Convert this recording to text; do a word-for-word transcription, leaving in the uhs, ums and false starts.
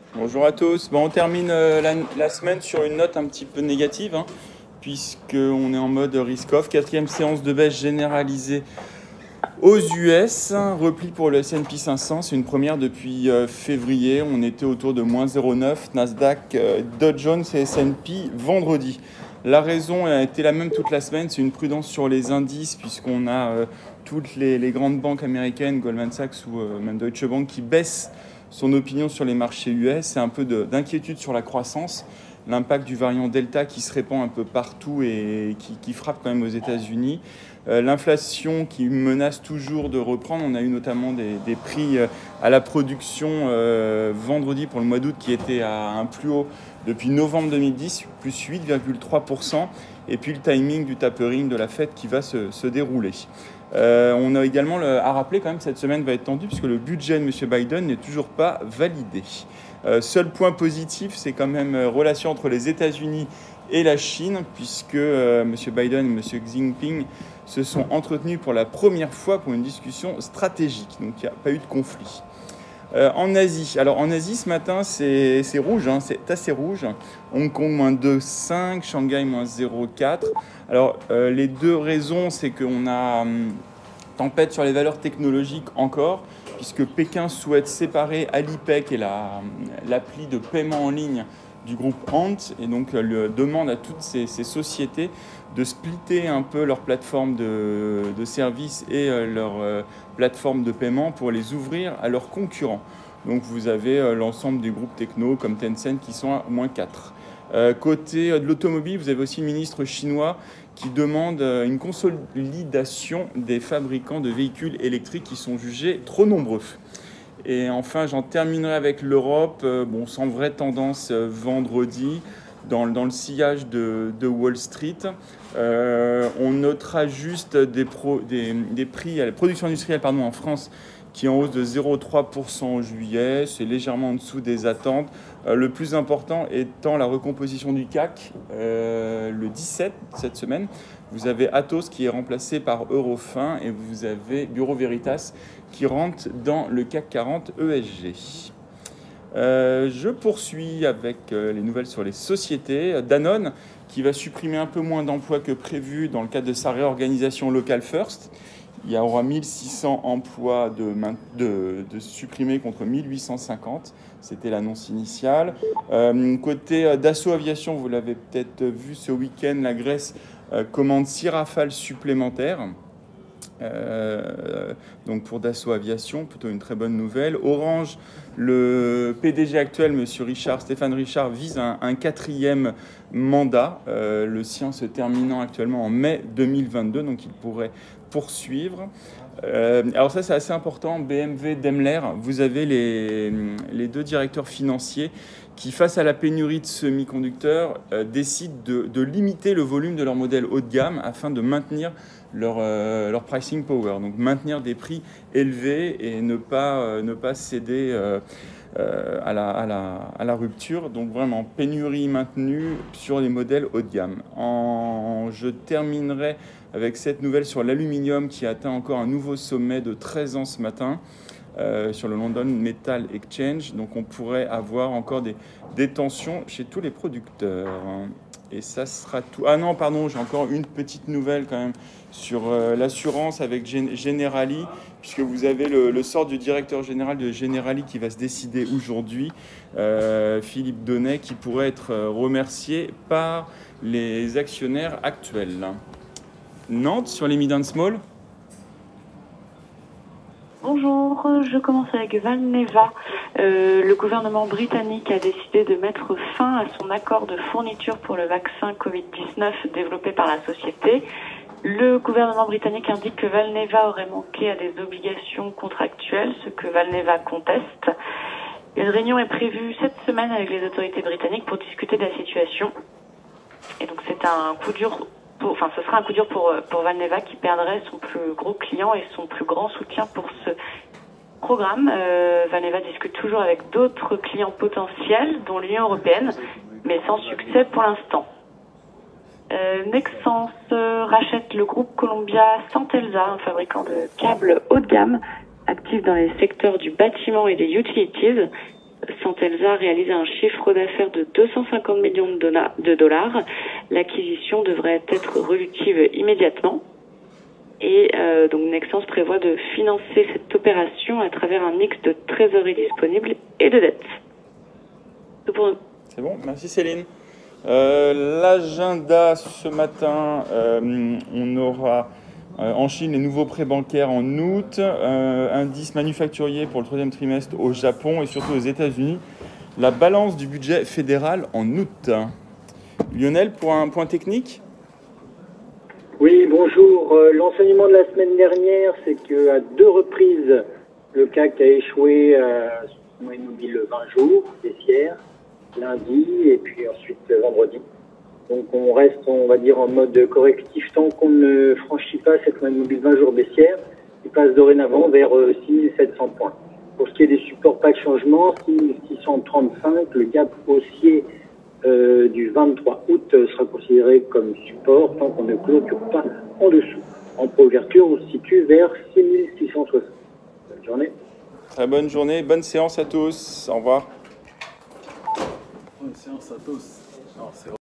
Bonjour à tous. Bon, on termine euh, la, la semaine sur une note un petit peu négative, hein, puisqu'on est en mode risk-off. Quatrième séance de baisse généralisée aux U S. Repli pour le S and P cinq cents, c'est une première depuis euh, février. On était autour de moins zéro virgule neuf. Nasdaq, euh, Dow Jones et S and P vendredi. La raison a été la même toute la semaine, c'est une prudence sur les indices, puisqu'on a euh, toutes les, les grandes banques américaines, Goldman Sachs ou euh, même Deutsche Bank, qui baissent son opinion sur les marchés U S. C'est un peu de, d'inquiétude sur la croissance, l'impact du variant Delta qui se répand un peu partout et qui, qui frappe quand même aux États-Unis. Euh, l'inflation qui menace toujours de reprendre. On a eu notamment des, des prix euh, à la production euh, vendredi pour le mois d'août qui étaient à un plus haut depuis novembre deux mille dix, plus huit virgule trois pour cent. Et puis le timing du tapering de la Fed qui va se, se dérouler. Euh, on a également le, à rappeler quand même que cette semaine va être tendue puisque le budget de M. Biden n'est toujours pas validé. Euh, seul point positif, c'est quand même euh, relation entre les États-Unis et la Chine, puisque euh, M. Biden et M. Xi Jinping se sont entretenus pour la première fois pour une discussion stratégique. Donc il n'y a pas eu de conflit. Euh, en Asie, alors en Asie ce matin c'est, c'est rouge, hein, c'est assez rouge. Hong Kong moins deux virgule cinq, Shanghai moins zéro virgule quatre. Alors euh, les deux raisons, c'est qu'on a hum, tempête sur les valeurs technologiques encore, puisque Pékin souhaite séparer Alipay et la, l'appli de paiement en ligne du groupe Ant, et donc euh, demande à toutes ces, ces sociétés de splitter un peu leur plateforme de, de services et euh, leur euh, plateforme de paiement pour les ouvrir à leurs concurrents. Donc vous avez euh, l'ensemble des groupes techno comme Tencent qui sont à moins quatre. Euh, côté euh, de l'automobile, vous avez aussi le ministre chinois qui demande euh, une consolidation des fabricants de véhicules électriques qui sont jugés trop nombreux. Et enfin, j'en terminerai avec l'Europe, euh, bon, sans vraie tendance euh, vendredi, dans, dans le sillage de, de Wall Street. Euh, on notera juste des, pro, des, des prix à la production industrielle pardon, en France qui est en hausse de zéro virgule trois pour cent en juillet, c'est légèrement en dessous des attentes. Euh, le plus important étant la recomposition du C A C, euh, le dix-sept cette semaine. Vous avez Atos qui est remplacé par Eurofin et vous avez Bureau Veritas qui rentre dans le C A C quarante E S G. Euh, je poursuis avec euh, les nouvelles sur les sociétés. Danone qui va supprimer un peu moins d'emplois que prévu dans le cadre de sa réorganisation Local First. Il y aura mille six cents emplois de, de, de supprimés contre mille huit cent cinquante. C'était l'annonce initiale. Euh, côté Dassault Aviation, vous l'avez peut-être vu ce week-end, la Grèce euh, commande six rafales supplémentaires. Euh, donc pour Dassault Aviation, plutôt une très bonne nouvelle. Orange, le P D G actuel, Monsieur Richard, Stéphane Richard, vise un, un quatrième mandat, euh, le sien se terminant actuellement en mai deux mille vingt-deux, donc il pourrait poursuivre. Euh, alors ça c'est assez important, B M W, Daimler, vous avez les, les deux directeurs financiers qui, face à la pénurie de semi-conducteurs, euh, décident de, de limiter le volume de leur modèle haut de gamme afin de maintenir leur, euh, leur pricing power, donc maintenir des prix élevés et ne pas, euh, ne pas céder euh, euh, à, la, à, la, à la rupture. Donc vraiment, pénurie maintenue sur les modèles haut de gamme. En, je terminerai avec cette nouvelle sur l'aluminium qui atteint encore un nouveau sommet de treize ans ce matin. Euh, sur le London Metal Exchange, donc on pourrait avoir encore des, des tensions chez tous les producteurs. Et ça sera tout. Ah non, pardon, j'ai encore une petite nouvelle quand même sur euh, l'assurance avec Generali, puisque vous avez le, le sort du directeur général de Generali qui va se décider aujourd'hui, euh, Philippe Donnet, qui pourrait être remercié par les actionnaires actuels. Nantes, sur les mid and small. Bonjour, je commence avec Valneva. Euh, le gouvernement britannique a décidé de mettre fin à son accord de fourniture pour le vaccin covid dix-neuf développé par la société. Le gouvernement britannique indique que Valneva aurait manqué à des obligations contractuelles, ce que Valneva conteste. Une réunion est prévue cette semaine avec les autorités britanniques pour discuter de la situation. Et donc c'est un coup dur. Pour, enfin, ce sera un coup dur pour, pour Valneva qui perdrait son plus gros client et son plus grand soutien pour ce programme. Euh, Valneva discute toujours avec d'autres clients potentiels, dont l'Union européenne, mais sans succès pour l'instant. Euh, Nexans euh, rachète le groupe Columbia Santelsa, un fabricant de câbles haut de gamme, actif dans les secteurs du bâtiment et des utilities. Centelsa réalise un chiffre d'affaires de deux cent cinquante millions de dollars. L'acquisition devrait être relutive immédiatement. Et euh, donc Nexans prévoit de financer cette opération à travers un mix de trésorerie disponible et de dette. C'est pour nous. C'est bon, merci Céline. Euh, L'agenda ce matin, euh, on aura euh, en Chine les nouveaux prêts bancaires en août, euh, indice manufacturier pour le troisième trimestre au Japon et surtout aux États-Unis, la balance du budget fédéral en août. Lionel, pour un point technique ? Oui, bonjour. Euh, L'enseignement de la semaine dernière, c'est qu'à deux reprises, le C A C a échoué euh, sur le moyen mobile vingt jours, baissière, lundi et puis ensuite vendredi. Donc on reste, on va dire, en mode correctif tant qu'on ne franchit pas cette moyenne mobile vingt jours baissière. Il passe dorénavant vers euh, six mille sept cents points. Pour ce qui est des supports, pas de changement, six mille six cent trente-cinq, le gap haussier Euh, du vingt-trois août euh, sera considéré comme support tant qu'on ne clôture pas en dessous. En préouverture, on se situe vers six mille six cent soixante. Bonne journée. Très bonne journée, bonne séance à tous. Au revoir. Bonne séance à tous. Non, c'est